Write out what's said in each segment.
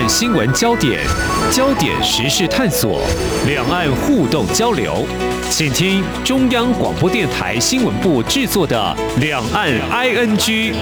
新闻焦点，焦点时事探索，两岸互动交流。请听中央广播电台新闻部制作的《两岸 ING》。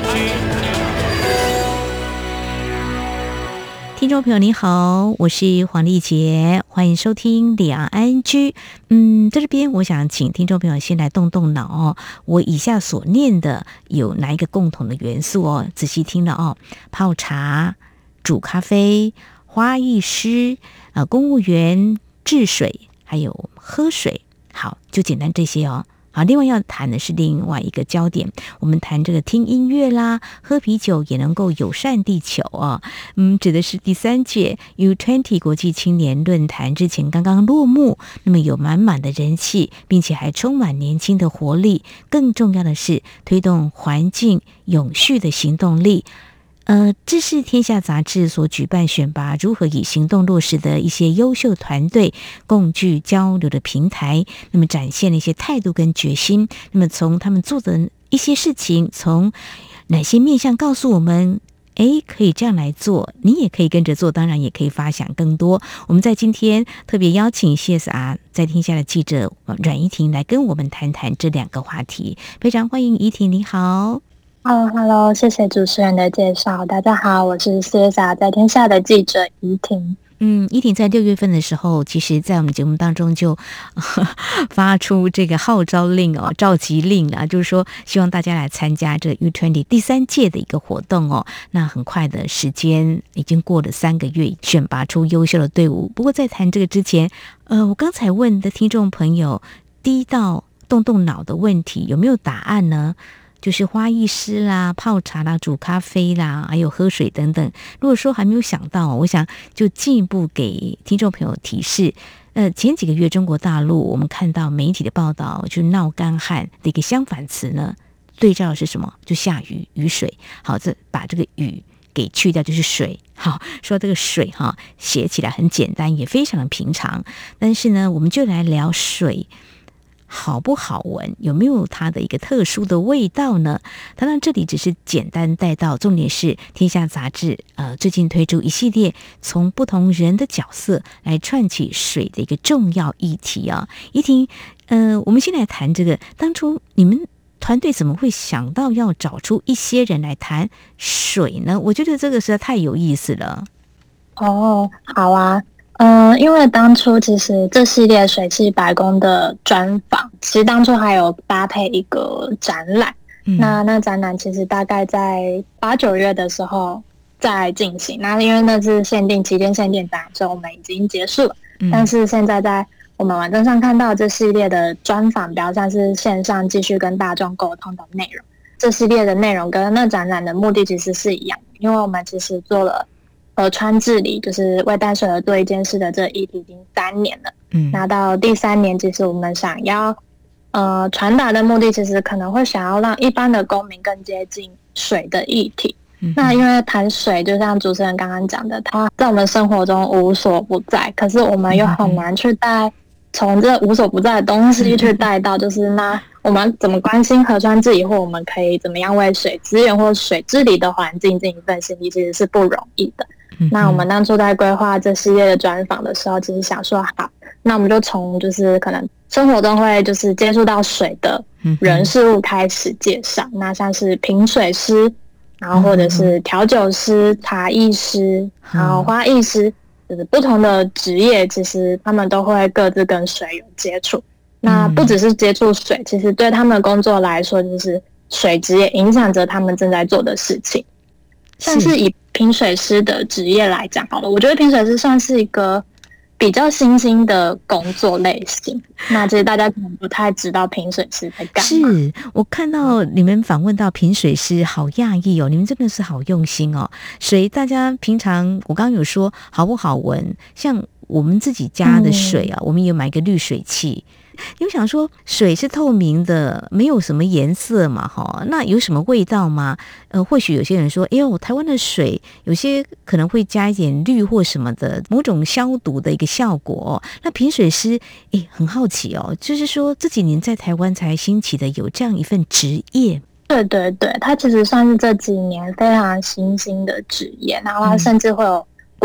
听众朋友你好，我是黄丽杰，欢迎收听两岸 ING。在这边我想请听众朋友先来动动脑哦，我以下所念的有哪一个共同的元素哦？仔细听了哦，泡茶、煮咖啡、花艺师、公务员、治水，还有喝水。好，就简单这些哦。好，另外要谈的是另外一个焦点，我们谈这个听音乐啦，喝啤酒也能够友善地球啊。指的是第3届 U20 国际青年论坛之前刚刚落幕，那么有满满的人气，并且还充满年轻的活力。更重要的是，推动环境永续的行动力。这是天下杂志所举办选拔如何以行动落实的一些优秀团队共聚交流的平台，那么展现了一些态度跟决心。那么从他们做的一些事情，从哪些面向告诉我们，可以这样来做，你也可以跟着做，当然也可以发想更多。我们在今天特别邀请 CSR 在天下的记者阮怡婷来跟我们谈谈这2个话题，非常欢迎怡婷，你好。 Hello， 谢谢主持人的介绍。大家好，我是 CSR 在天下的记者怡婷。 怡婷在6月份的时候，其实在我们节目当中就发出这个号召令哦，召集令啊，就是说希望大家来参加这 U20 第3届的一个活动哦。那很快的时间已经过了3个月，选拔出优秀的队伍。不过在谈这个之前，我刚才问的听众朋友，第一道动动脑的问题有没有答案呢？就是花艺师啦、泡茶啦、煮咖啡啦，还有喝水等等。如果说还没有想到，我想就进一步给听众朋友提示。前几个月中国大陆我们看到媒体的报道，就闹干旱的一个相反词呢，对照的是什么？就下雨，雨水。好，这把这个雨给去掉就是水。好，说这个水哈，写起来很简单，也非常的平常。但是呢，我们就来聊水。好不好闻？有没有它的一个特殊的味道呢？当然，这里只是简单带到，重点是天下杂志最近推出一系列从不同人的角色来串起水的一个重要议题啊。怡婷，我们先来谈这个，当初你们团队怎么会想到要找出一些人来谈水呢？我觉得这个实在太有意思了。 好啊。因为当初其实这系列水系白宫的专访，其实当初还有搭配一个展览。那展览其实大概在8、9月的时候在进行。那因为那是期间限定展，所以我们已经结束了。但是现在在我们网站上看到这系列的专访，比较像是线上继续跟大众沟通的内容。这系列的内容跟那展览的目的其实是一样的，因为我们其实做了河川治理，就是为淡水河做一件事的这议题已经3年了。那到第3年，其实我们想要传达的目的，其实可能会想要让一般的公民更接近水的议题。那因为谈水，就像主持人刚刚讲的，它在我们生活中无所不在，可是我们又很难去从这无所不在的东西去带到，就是那我们怎么关心河川治理，或我们可以怎么样为水资源或水治理的环境尽一份心力，其实是不容易的。那我们当初在规划这系列的专访的时候，其实想说好，那我们就从就是可能生活中会就是接触到水的人事物开始介绍。那像是品水师，然后或者是调酒师、茶艺师，然后花艺师，就是不同的职业，其实他们都会各自跟水有接触。那不只是接触水，其实对他们的工作来说，就是水质也影响着他们正在做的事情。像是以品水师的职业来讲好了，我觉得品水师算是一个比较新兴的工作类型。那其实大家可能不太知道品水师在干嘛。 是我看到你们访问到品水师，好讶异哦，你们真的是好用心哦。水大家平常我刚刚有说好不好闻，像我们自己家的水啊，我们也买个滤水器。你们想说水是透明的，没有什么颜色嘛，那有什么味道吗？或许有些人说，台湾的水有些可能会加一点氯或什么的，某种消毒的一个效果。那品水师，很好奇哦，就是说这几年在台湾才兴起的有这样一份职业。 对对对，它其实算是这几年非常新兴的职业，然后它甚至会有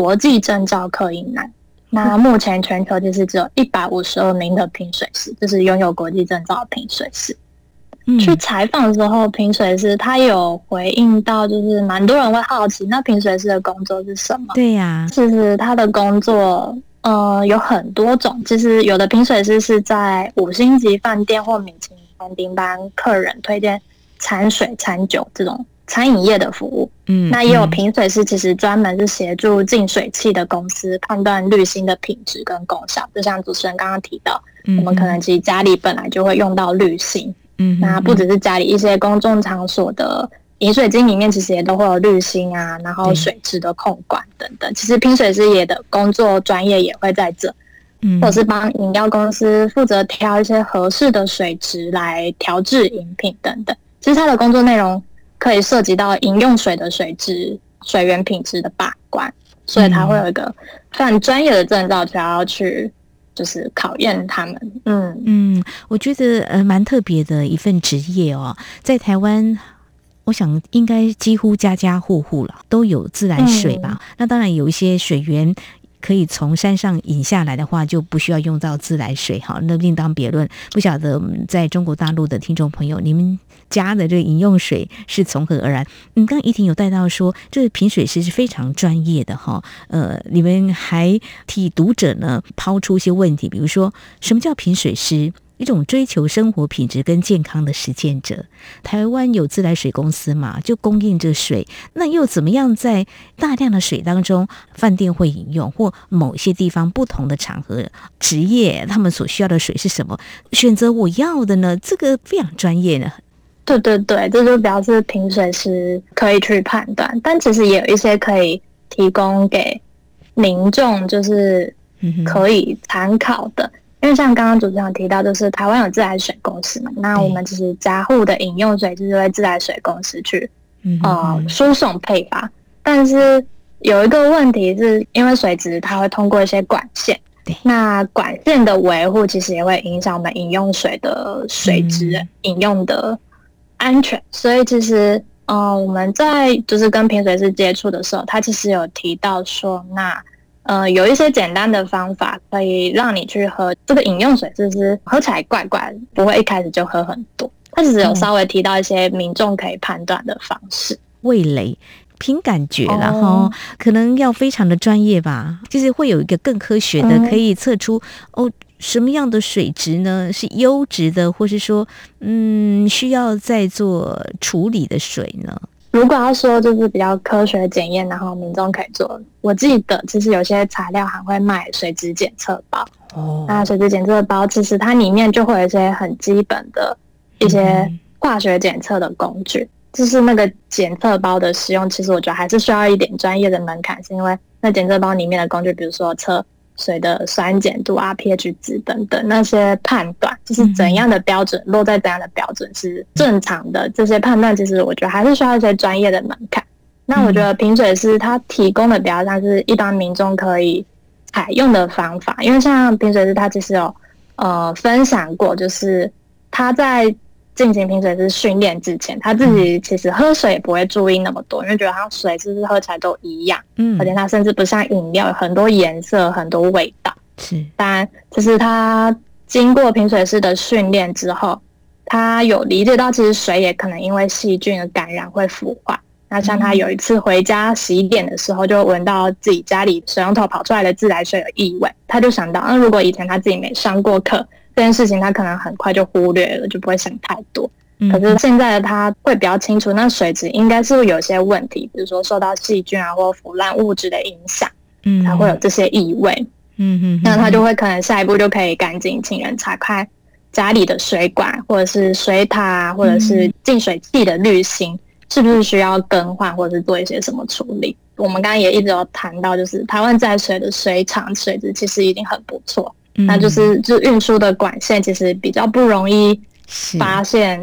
国际证照科一男。那目前全球就是只有152名的评水师，就是拥有国际证照的评水师。去采访的时候，评水师他有回应到，就是蛮多人会好奇，那评水师的工作是什么？ 对呀， 其实他的工作有很多种，其实有的评水师是在5星级饭店或米其林餐厅帮客人推荐餐水、餐酒这种餐饮业的服务。那也有评水师其实专门是协助净水器的公司判断滤芯的品质跟功效，就像主持人刚刚提到，我们可能其实家里本来就会用到滤芯。那不只是家里，一些公众场所的饮水机里面其实也都会有滤芯啊，然后水质的控管等等。其实评水师也的工作专业也会在这，或者是帮饮料公司负责挑一些合适的水质来调制饮品等等。其实他的工作内容可以涉及到饮用水的水质、水源品质的把关，所以他会有一个非常专业的证照，就要去就是考验他们。 我觉得蛮特别的一份职业哦，在台湾我想应该几乎家家户户了都有自来水吧。那当然有一些水源可以从山上引下来的话，就不需要用到自来水，好，那另当别论。不晓得在中国大陆的听众朋友，你们家的这个饮用水是从何而来？刚刚怡婷有带到说，这个评水师是非常专业的哈。你们还替读者呢抛出一些问题，比如说什么叫评水师？一种追求生活品质跟健康的实践者。台湾有自来水公司嘛，就供应着水，那又怎么样在大量的水当中，饭店会饮用，或某些地方不同的场合职业他们所需要的水是什么，选择我要的呢？这个非常专业呢。 对对对，这就表示评水师可以去判断，但其实也有一些可以提供给民众，就是可以参考的。因为像刚刚主持人提到，就是台湾有自来水公司嘛，那我们其实家户的饮用水就是为自来水公司去输送配发，但是有一个问题是，因为水质它会通过一些管线，那管线的维护其实也会影响我们饮用水的水质、饮用的安全，所以其实我们在就是跟评水师接触的时候，他其实有提到说，那有一些简单的方法可以让你去喝这个饮用水，就是喝起来怪怪的，不会一开始就喝很多。他其实有稍微提到一些民众可以判断的方式， 味蕾凭感觉啦齁，可能要非常的专业吧，就是会有一个更科学的，可以测出什么样的水质呢是优质的，或是说需要再做处理的水呢？ 如果要说就是比较科学检验，然后民众可以做，我记得其实有些材料还会卖水质检测包。那水质检测包其实它里面就会有一些很基本的一些化学检测的工具，就是那个检测包的使用，其实我觉得还是需要一点专业的门槛，是因为那检测包里面的工具，比如说测水的酸碱度啊、pH 值等等，那些判断就是怎样的标准落在怎样的标准是正常的，这些判断其实我觉得还是需要一些专业的门槛。那我觉得评水师他提供的比较像是一般民众可以采用的方法，因为像评水师他其实有分享过，就是他在进行评水师训练之前，他自己其实喝水也不会注意那么多，因为觉得他水是不是喝起来都一样，而且他甚至不像饮料有很多颜色、很多味道。当然，就是他经过评水师的训练之后，他有理解到其实水也可能因为细菌的感染会腐坏。那像他有一次回家洗脸的时候，就闻到自己家里水龙头跑出来的自来水有异味，他就想到，如果以前他自己没上过课，这件事情他可能很快就忽略了，就不会想太多。可是现在的他会比较清楚，那水质应该是有些问题，比如说受到细菌啊或腐烂物质的影响，才会有这些异味。那他就会可能下一步就可以赶紧请人查看家里的水管，或者是水塔，或者是净水器的滤芯是不是需要更换，或者是做一些什么处理。我们刚刚也一直有谈到，就是台湾在水的水厂水质其实已经很不错，那就是运输的管线其实比较不容易发现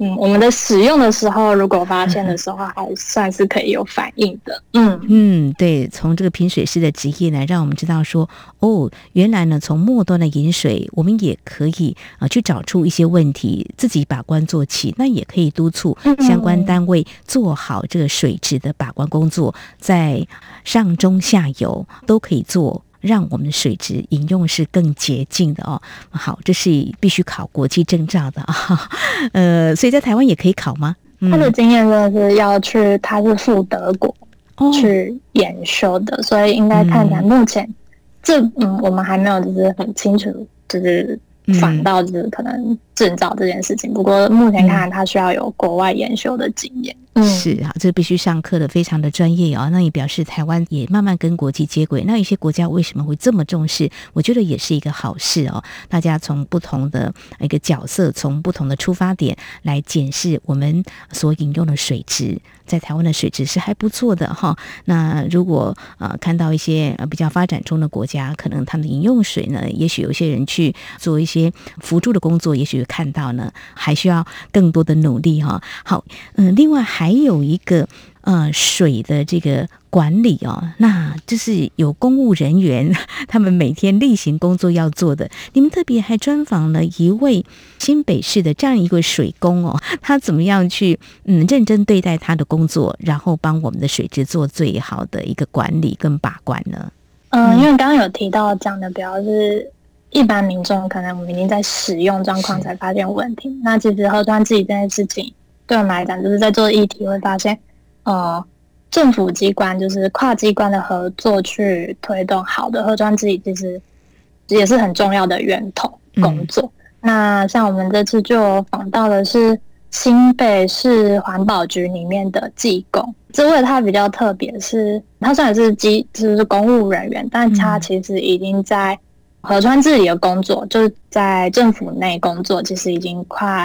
我们的使用的时候，如果发现的时候，还算是可以有反应的。 对，从这个品水师的职业呢，让我们知道说，原来呢，从末端的饮水，我们也可以去找出一些问题，自己把关做起，那也可以督促相关单位做好这个水质的把关工作，在上中下游都可以做，让我们的水质饮用是更洁净的哦。好，这是必须考国际证照的啊。所以在台湾也可以考吗？ 他的经验真的是要去，他是赴德国去研修的，所以应该看起来目前我们还没有就是很清楚就是反到就是可能证照这件事情，不过目前看来他需要有国外研修的经验。 是好，这必须上课的，非常的专业那也表示台湾也慢慢跟国际接轨。那有些国家为什么会这么重视？我觉得也是一个好事大家从不同的一个角色，从不同的出发点来检视我们所饮用的水质，在台湾的水质是还不错的那如果看到一些比较发展中的国家，可能他们的饮用水呢，也许有些人去做一些辅助的工作，也许看到呢还需要更多的努力好，另外还有一个水的这个管理那就是有公务人员他们每天例行工作要做的。你们特别还专访了一位新北市的这样一个水工他怎么样去认真对待他的工作，然后帮我们的水质做最好的一个管理跟把关呢？ 因为刚刚有提到讲的比较是一般民众可能我们已经在使用状况才发现问题，那其实核酸治理这件事情对我们来讲，就是在做议题会发现政府机关就是跨机关的合作去推动好的核酸治理，其实也是很重要的源头工作。那像我们这次就访到的是新北市环保局里面的技工，这位他比较特别，是他虽然是就是公务人员，但他其实已经在核酸治理的工作，就是在政府内工作，其实已经快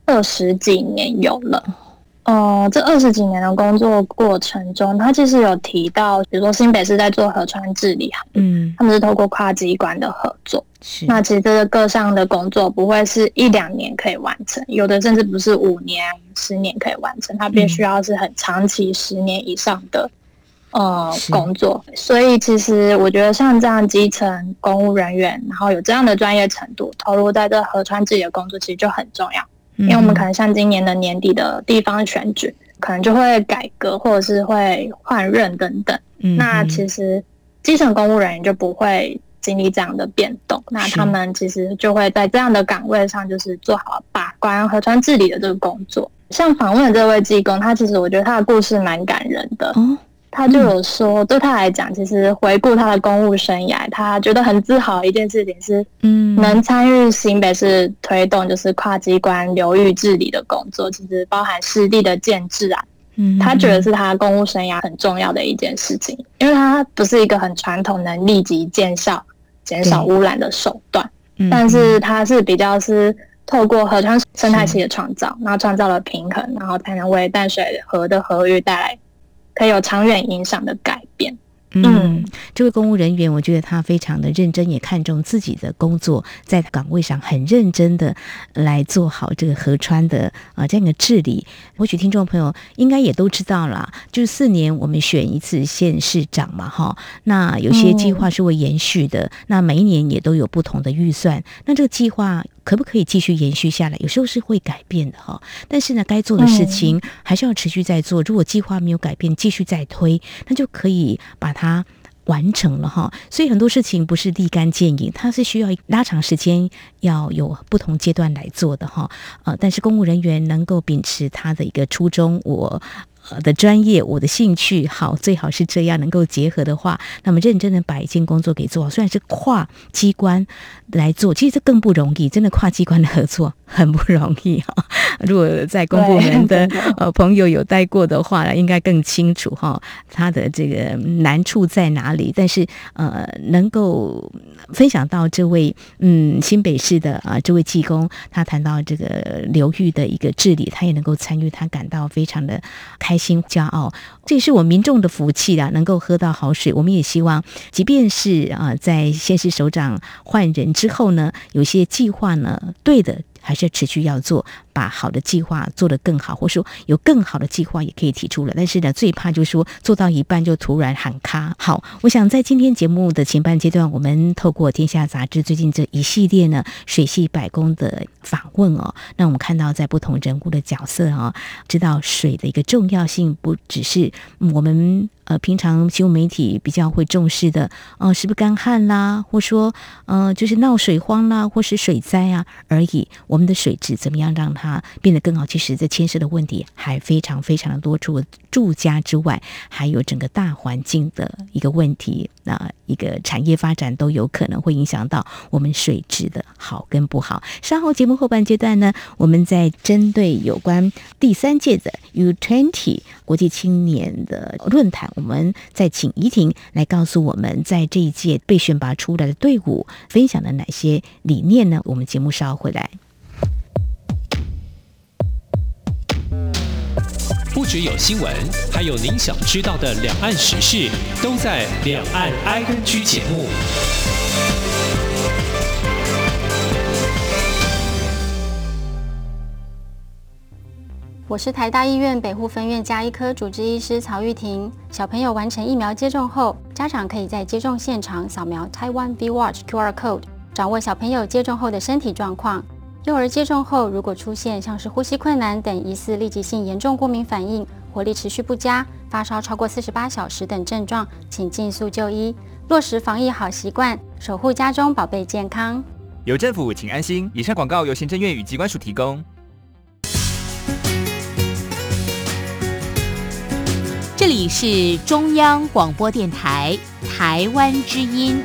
20几年有了。这20几年的工作过程中，他其实有提到，比如说新北市在做河川治理，他们是透过跨机关的合作。那其实这个各项的工作不会是1-2年可以完成，有的甚至不是5年、10年可以完成，它必须要是很长期10年以上的工作。所以其实我觉得像这样基层公务人员，然后有这样的专业程度，投入在这河川治理的工作，其实就很重要。因为我们可能像今年的年底的地方选举，可能就会改革或者是会换任等等。那其实基层公务人员就不会经历这样的变动，那他们其实就会在这样的岗位上，就是做好把关核川治理的这个工作。像访问的这位技工，他其实我觉得他的故事蛮感人的。他就有说，对他来讲，其实回顾他的公务生涯，他觉得很自豪的一件事情是，能参与新北市推动就是跨机关流域治理的工作，其实包含湿地的建制他觉得是他公务生涯很重要的一件事情，因为他不是一个很传统能立即见效、减少污染的手段，但是他是比较是透过河川生态系的创造，然后创造了平衡，然后才能为淡水河的河域带来可以有长远影响的改变。 这位公务人员，我觉得他非常的认真，也看重自己的工作，在岗位上很认真的来做好这个河川的这样一个治理。或许听众朋友应该也都知道啦，就是4年我们选一次县市长嘛那有些计划是会延续的，那每一年也都有不同的预算，那这个计划可不可以继续延续下来？有时候是会改变的但是呢，该做的事情还是要持续在做。如果计划没有改变，继续再推，那就可以把它完成了所以很多事情不是立竿见影，它是需要拉长时间，要有不同阶段来做的但是公务人员能够秉持他的一个初衷，我的专业，我的兴趣最好是这样能够结合的话，那么认真的把一件工作给做好。虽然是跨机关来做，其实这更不容易，真的跨机关的合作很不容易如果在公部门的朋友有待过的话，应该更清楚他的这个难处在哪里。但是能够分享到这位新北市的这位技工，他谈到这个流域的一个治理，他也能够参与，他感到非常的开心骄傲，这也是我民众的福气啦，能够喝到好水。我们也希望即便是在县市首长换人之后呢，有些计划呢对的还是持续要做，把好的计划做得更好，或说有更好的计划也可以提出了。但是呢，最怕就是说做到一半就突然喊卡。好，我想在今天节目的前半阶段，我们透过天下杂志最近这一系列呢水系百工的访问哦，那我们看到在不同人物的角色哦，知道水的一个重要性，不只是我们平常新闻媒体比较会重视的是不是干旱啦，或说就是闹水荒啦，或是水灾啊而已。我们的水质怎么样让它变得更好，其实这牵涉的问题还非常非常的多，除了住家之外，还有整个大环境的一个问题，一个产业发展都有可能会影响到我们水质的好跟不好。稍后节目后半阶段呢，我们在针对有关第3届的 U20 国际青年的论坛，我们再请怡婷来告诉我们，在这一届被选拔出来的队伍分享了哪些理念呢？我们节目稍后回来。 不只有新闻，还有您想知道的两岸时事，都在《两岸 ING》节目。 我是台大医院北护分院家医科主治医师曹玉婷。小朋友完成疫苗接种后，家长可以在接种现场扫描 Taiwan V-Watch QR Code， 掌握小朋友接种后的身体状况。幼儿接种后，如果出现像是呼吸困难等疑似立即性严重过敏反应、活力持续不佳、发烧超过48小时等症状，请尽速就医，落实防疫好习惯，守护家中宝贝健康。 有政府，请安心。以上广告由行政院与疾管署提供。 这里是中央广播电台台湾之音。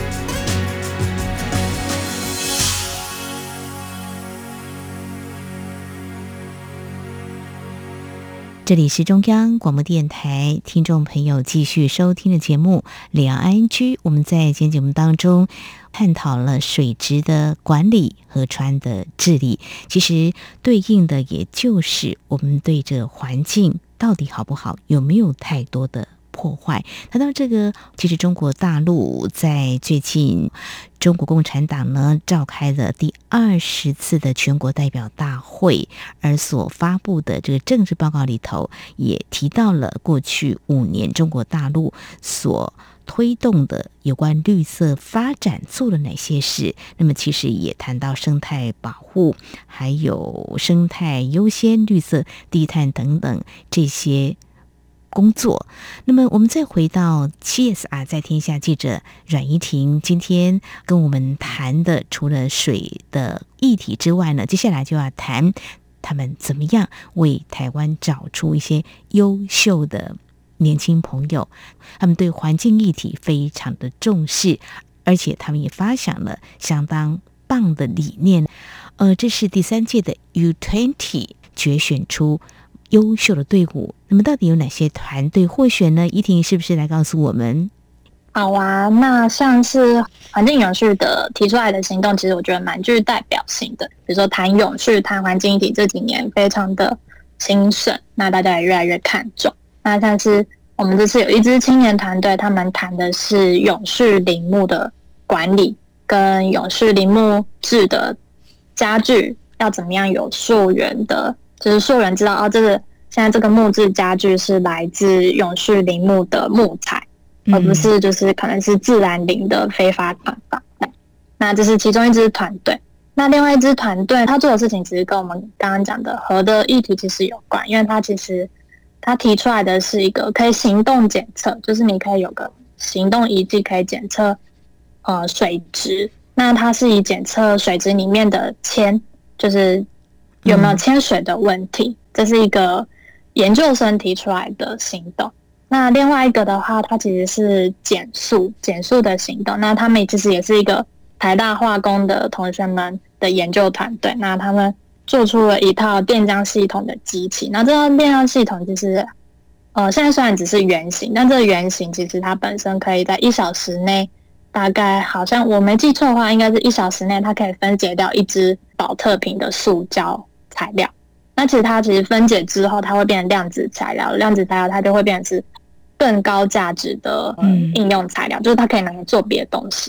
这里是中央广播电台，听众朋友继续收听的节目《两岸 ING》。我们在今天节目当中探讨了水质的管理、河川的治理，其实对应的也就是我们对这环境到底好不好，有没有太多的破坏。谈到这个，其实中国大陆在最近中国共产党呢召开了第20次的全国代表大会，而所发布的这个政治报告里头也提到了过去5年中国大陆所推动的有关绿色发展做了哪些事。那么其实也谈到生态保护，还有生态优先、绿色低碳等等这些工作。那么我们再回到CSR在天下记者阮怡婷今天跟我们谈的，除了水的议题之外呢，接下来就要谈他们怎么样为台湾找出一些优秀的年轻朋友，他们对环境议题非常的重视，而且他们也发想了相当棒的理念。这是第3届的 U20 决选出优秀的队伍，那么到底有哪些团队获选呢？怡婷是不是来告诉我们？ 好啊，那像是环境永续的提出来的行动，其实我觉得蛮具代表性的。比如说谈永续、谈环境议题，这几年非常的兴盛，那大家也越来越看重。那像是我们这次有一支青年团队，他们谈的是永续林木的管理跟永续林木制的家具要怎么样有溯源的，就是溯源知道这个现在这个木质家具是来自永续林木的木材，而不是就是可能是自然林的非法砍伐。那这是其中一支团队。那另外一支团队他做的事情其实跟我们刚刚讲的河的议题其实有关，因为他提出来的是一个可以行动检测，就是你可以有个行动仪器可以检测水质。那它是以检测水质里面的铅，就是有没有铅水的问题，这是一个研究生提出来的行动。那另外一个的话，它其实是减速的行动。那他们其实也是一个台大化工的同学们的研究团队，那他们做出了一套电浆系统的机器。那这套电浆系统就是现在虽然只是原型，但这个原型其实它本身可以在1小时内，大概好像我没记错的话，应该是1小时内它可以分解掉1支保特瓶的塑胶材料。那其实分解之后，它会变成量子材料，量子材料它就会变成是更高价值的应用材料，就是它可以拿来做别的东西。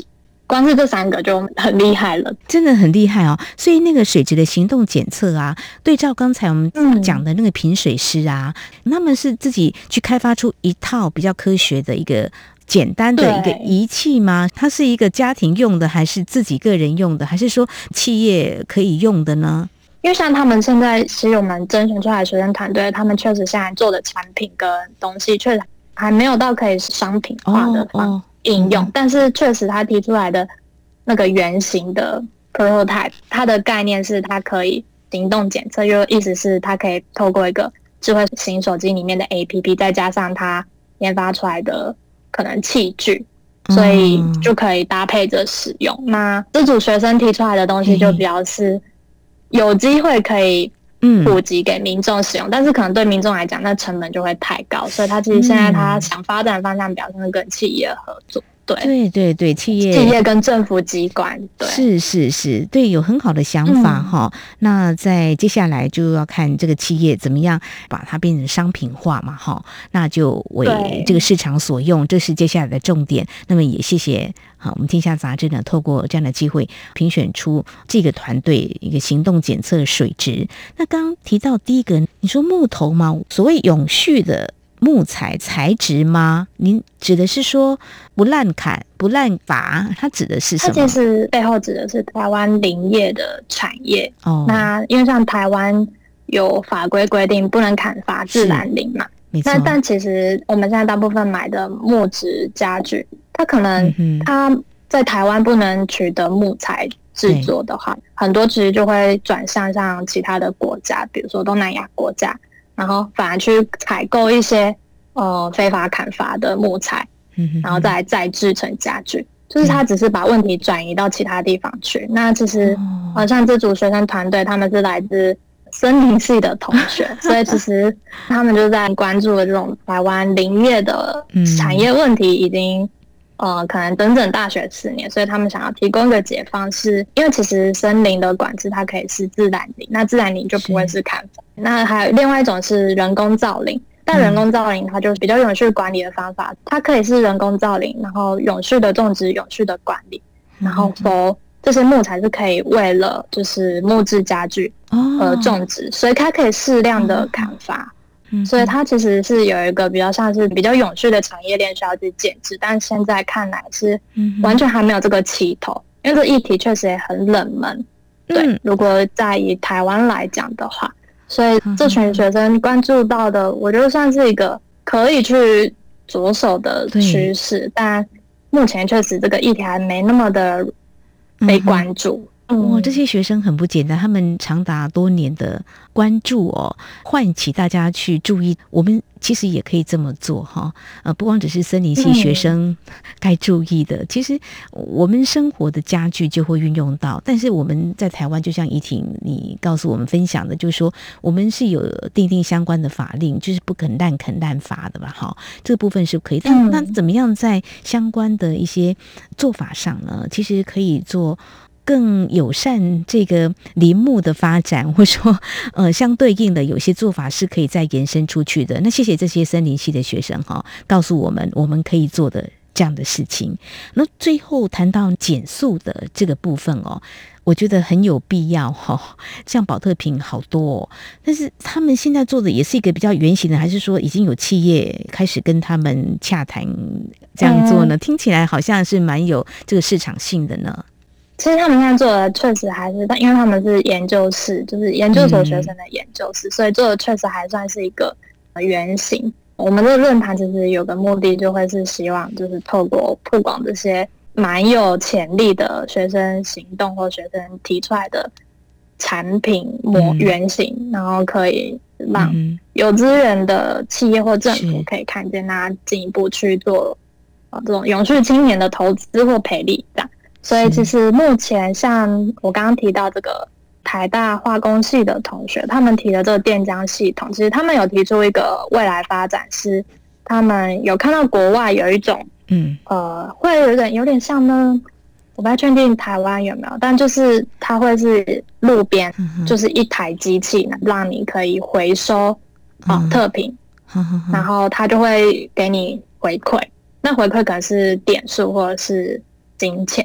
光是这3个就很厉害了， 真的很厉害哦。所以那个水质的行动检测啊，对照刚才我们讲的那个品水师啊，他们是自己去开发出一套比较科学的一个简单的一个仪器吗？它是一个家庭用的，还是自己个人用的，还是说企业可以用的呢？ 因为像他们现在其实我们甄选出来的学生团队，他们确实现在做的产品跟东西确实还没有到可以商品化的应用，但是确实他提出来的那个原型的 prototype， 它的概念是它可以行动检测，就意思是它可以透过一个智慧型手机里面的 APP， 再加上它研发出来的可能器具，所以就可以搭配着使用。那这组学生提出来的东西就比较是有机会可以普及给民众使用，但是可能对民众来讲那成本就会太高，所以他其实现在他想发展的方向表现是跟企业合作。对，企业跟政府机关，对， 是，对，有很好的想法哈。那在接下来就要看这个企业怎么样把它变成商品化嘛哈，那就为这个市场所用，这是接下来的重点。那么也谢谢我们天下杂志呢，透过这样的机会评选出这个团队一个行动检测水质。那刚刚提到第一个，你说木头吗？所谓永续的木材材质吗？您指的是说不滥砍不滥伐，它指的是什么？ 它其实背后指的是台湾林业的产业。那因为像台湾有法规规定不能砍伐自然林嘛，但其实我们现在大部分买的木质家具，它可能它在台湾不能取得木材制作的话，很多其实就会转向像其他的国家，比如说东南亚国家，然后反而去采购一些非法砍伐的木材，然后再制成家具，就是他只是把问题转移到其他地方去。那其实像这组学生团队，他们是来自森林系的同学，所以其实他们就在关注了这种台湾林业的产业问题，已经可能整整大学4年，所以他们想要提供一个解放，是因为其实森林的管制它可以是自然林，那自然林就不会是砍伐。那还有另外一种是人工造林，但人工造林它就是比较永续管理的方法，它可以是人工造林，然后永续的种植、永续的管理，然后这些木材是可以为了就是木质家具而种植，所以它可以适量的砍伐。所以它其实是有一个比较像是比较永续的产业链需要去建制，但现在看来是完全还没有这个起头，因为这议题确实也很冷门。对，如果在以台湾来讲的话，所以这群学生关注到的，我觉得算是一个可以去着手的趋势，但目前确实这个议题还没那么的被关注。 这些学生很不简单，他们长达多年的关注唤起大家去注意，我们其实也可以这么做哈。不光只是森林系学生该注意的，其实我们生活的家具就会运用到。但是我们在台湾，就像怡婷你告诉我们分享的，就是说我们是有订定相关的法令，就是不肯滥垦滥伐的吧？哈，这个部分是可以。但那怎么样在相关的一些做法上呢？其实可以做更友善这个林木的发展，或者说相对应的有些做法是可以再延伸出去的。那谢谢这些森林系的学生告诉我们可以做的这样的事情。那最后谈到减速的这个部分我觉得很有必要像宝特瓶好多但是他们现在做的也是一个比较原型的，还是说已经有企业开始跟他们洽谈这样做呢？听起来好像是蛮有这个市场性的呢。 其实他们现在做的确实还是，因为他们是研究室，就是研究所学生的研究室，所以做的确实还算是一个原型。我们的论坛其实有个目的，就会是希望就是透过曝光这些蛮有潜力的学生行动或学生提出来的产品原型，然后可以让有资源的企业或政府可以看见，那进一步去做这种永续青年的投资或培力这样。所以其实目前像我刚刚提到这个台大化工系的同学，他们提的这个电浆系统，其实他们有提出一个未来发展，是他们有看到国外有一种会有点像呢，我不太确定台湾有没有，但就是它会是路边就是一台机器让你可以回收特瓶，然后它就会给你回馈，那回馈可能是点数或者是金钱。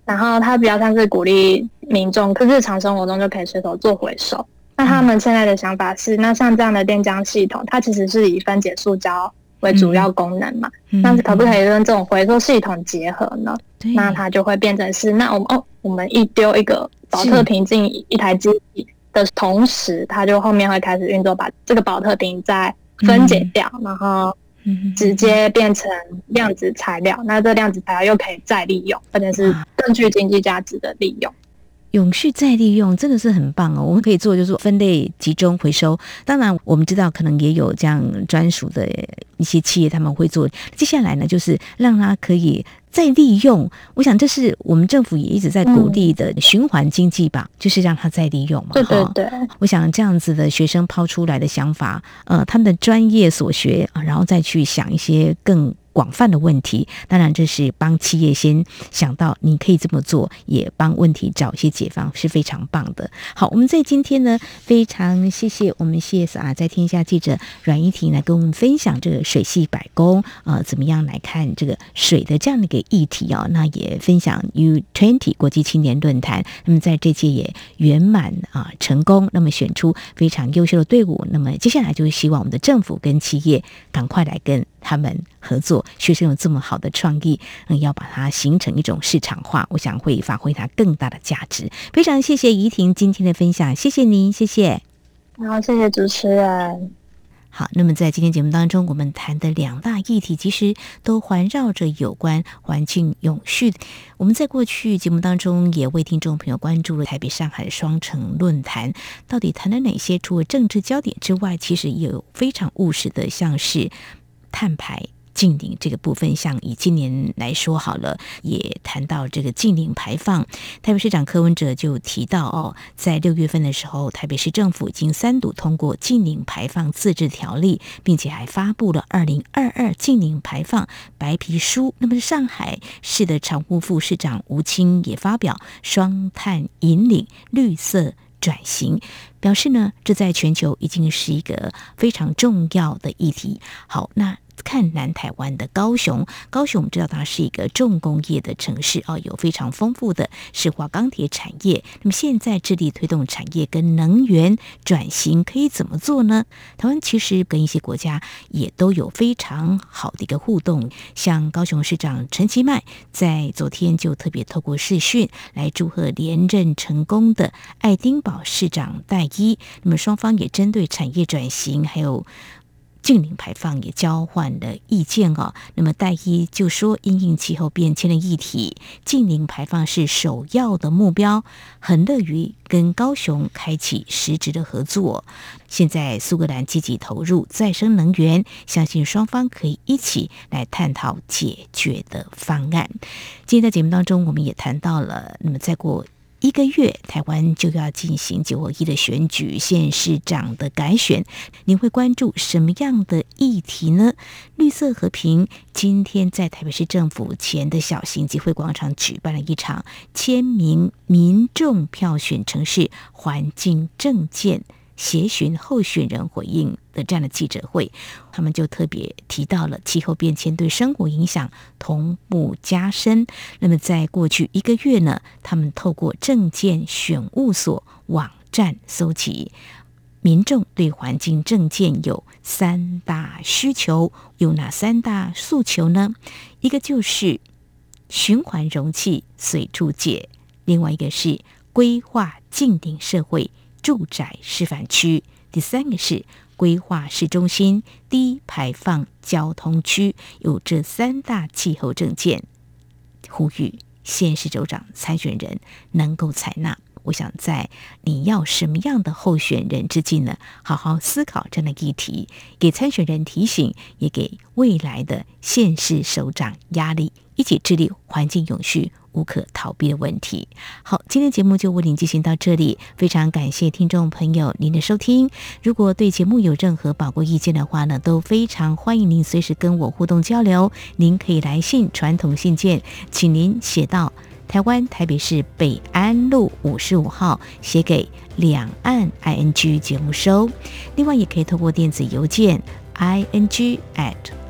然后它比较像是鼓励民众日常生活中就可以随手做回收。那他们现在的想法是，那像这样的电浆系统，它其实是以分解塑胶为主要功能嘛，那可不可以跟这种回收系统结合呢？那它就会变成是，那我们一丢一个保特瓶进一台机器的同时，它就后面会开始运作，把这个保特瓶再分解掉，然后直接变成量子材料。那这量子材料又可以再利用，而且是更具经济价值的利用。 永续再利用真的是很棒哦！我们可以做就是分类集中回收，当然我们知道可能也有这样专属的一些企业他们会做。接下来呢，就是让它可以再利用，我想这是我们政府也一直在鼓励的循环经济吧，就是让它再利用嘛。 对对对， 我想这样子的学生抛出来的想法，他们的专业所学，然后再去想一些更广泛的问题，当然这是帮企业先想到你可以这么做，也帮问题找一些解方，是非常棒的。好，我们在今天呢，非常谢谢我们 CSR 在天下记者阮依婷来跟我们分享这个水系百工怎么样来看这个水的这样的一个议题哦。那也分享 U20 国际青年论坛，那么在这届也圆满成功，那么选出非常优秀的队伍。那么接下来就是希望我们的政府跟企业赶快来跟他们合作，学生有这么好的创意，要把它形成一种市场化，我想会发挥它更大的价值。非常谢谢怡婷今天的分享，谢谢您，谢谢。 好，谢谢主持人。 好，那么在今天节目当中，我们谈的两大议题其实都环绕着有关环境永续。我们在过去节目当中也为听众朋友关注了台北上海双城论坛，到底谈了哪些？除了政治焦点之外，其实也有非常务实的，像是碳排净零这个部分，像以今年来说好了，也谈到这个净零排放。台北市长柯文哲就提到在6月份的时候，台北市政府已经3读通过净零排放自治条例，并且还发布了2022净零排放白皮书。那么上海市的常务副市长吴清也发表双碳引领绿色转型，表示呢，这在全球已经是一个非常重要的议题。好，那看南台湾的高雄我们知道它是一个重工业的城市有非常丰富的石化钢铁产业。那么现在致力推动产业跟能源转型，可以怎么做呢？台湾其实跟一些国家也都有非常好的一个互动，像高雄市长陈其迈在昨天就特别透过视讯来祝贺连任成功的爱丁堡市长戴一。那么双方也针对产业转型还有净零排放也交换了意见那么戴一就说，因应气候变迁的议题，净零排放是首要的目标，很乐于跟高雄开启实质的合作。现在苏格兰积极投入再生能源，相信双方可以一起来探讨解决的方案。今天在节目当中，我们也谈到了，那么再过1个月，台湾就要进行9合1的选举，县市长的改选，您会关注什么样的议题呢？绿色和平今天在台北市政府前的小型集会广场举办了一场签名民众票选城市环境政见协询候选人回应的这样的记者会，他们就特别提到了气候变迁对生活影响同步加深。那么在过去1个月呢，他们透过政见选务所网站搜集民众对环境政见有3大需求，有哪3大诉求呢？一个就是循环容器随处解，另外一个是规划净零社会住宅示范区，第3个是规划市中心低排放交通区。有这3大气候政见，呼吁县市首长参选人能够采纳。我想在你要什么样的候选人之际呢，好好思考这样的议题，给参选人提醒，也给未来的县市首长压力，一起致力环境永续无可逃避的问题。好，今天节目就为您进行到这里，非常感谢听众朋友您的收听。如果对节目有任何宝贵意见的话呢，都非常欢迎您随时跟我互动交流。您可以来信传统信件，请您写到台湾台北市北安路55号，写给两岸 ING 节目收。另外也可以透过电子邮件 ing@rti.org.tw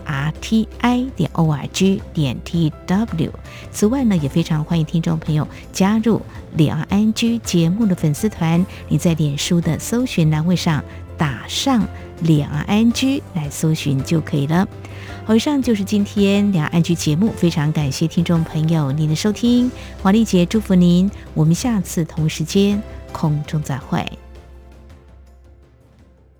RTI.org.tw。此外呢，也非常欢迎听众朋友加入两岸安居节目的粉丝团，你在脸书的搜寻栏位上打上两岸安居来搜寻就可以了。好，以上就是今天两岸安居节目，非常感谢听众朋友您的收听，黄丽姐祝福您，我们下次同时间空中再会。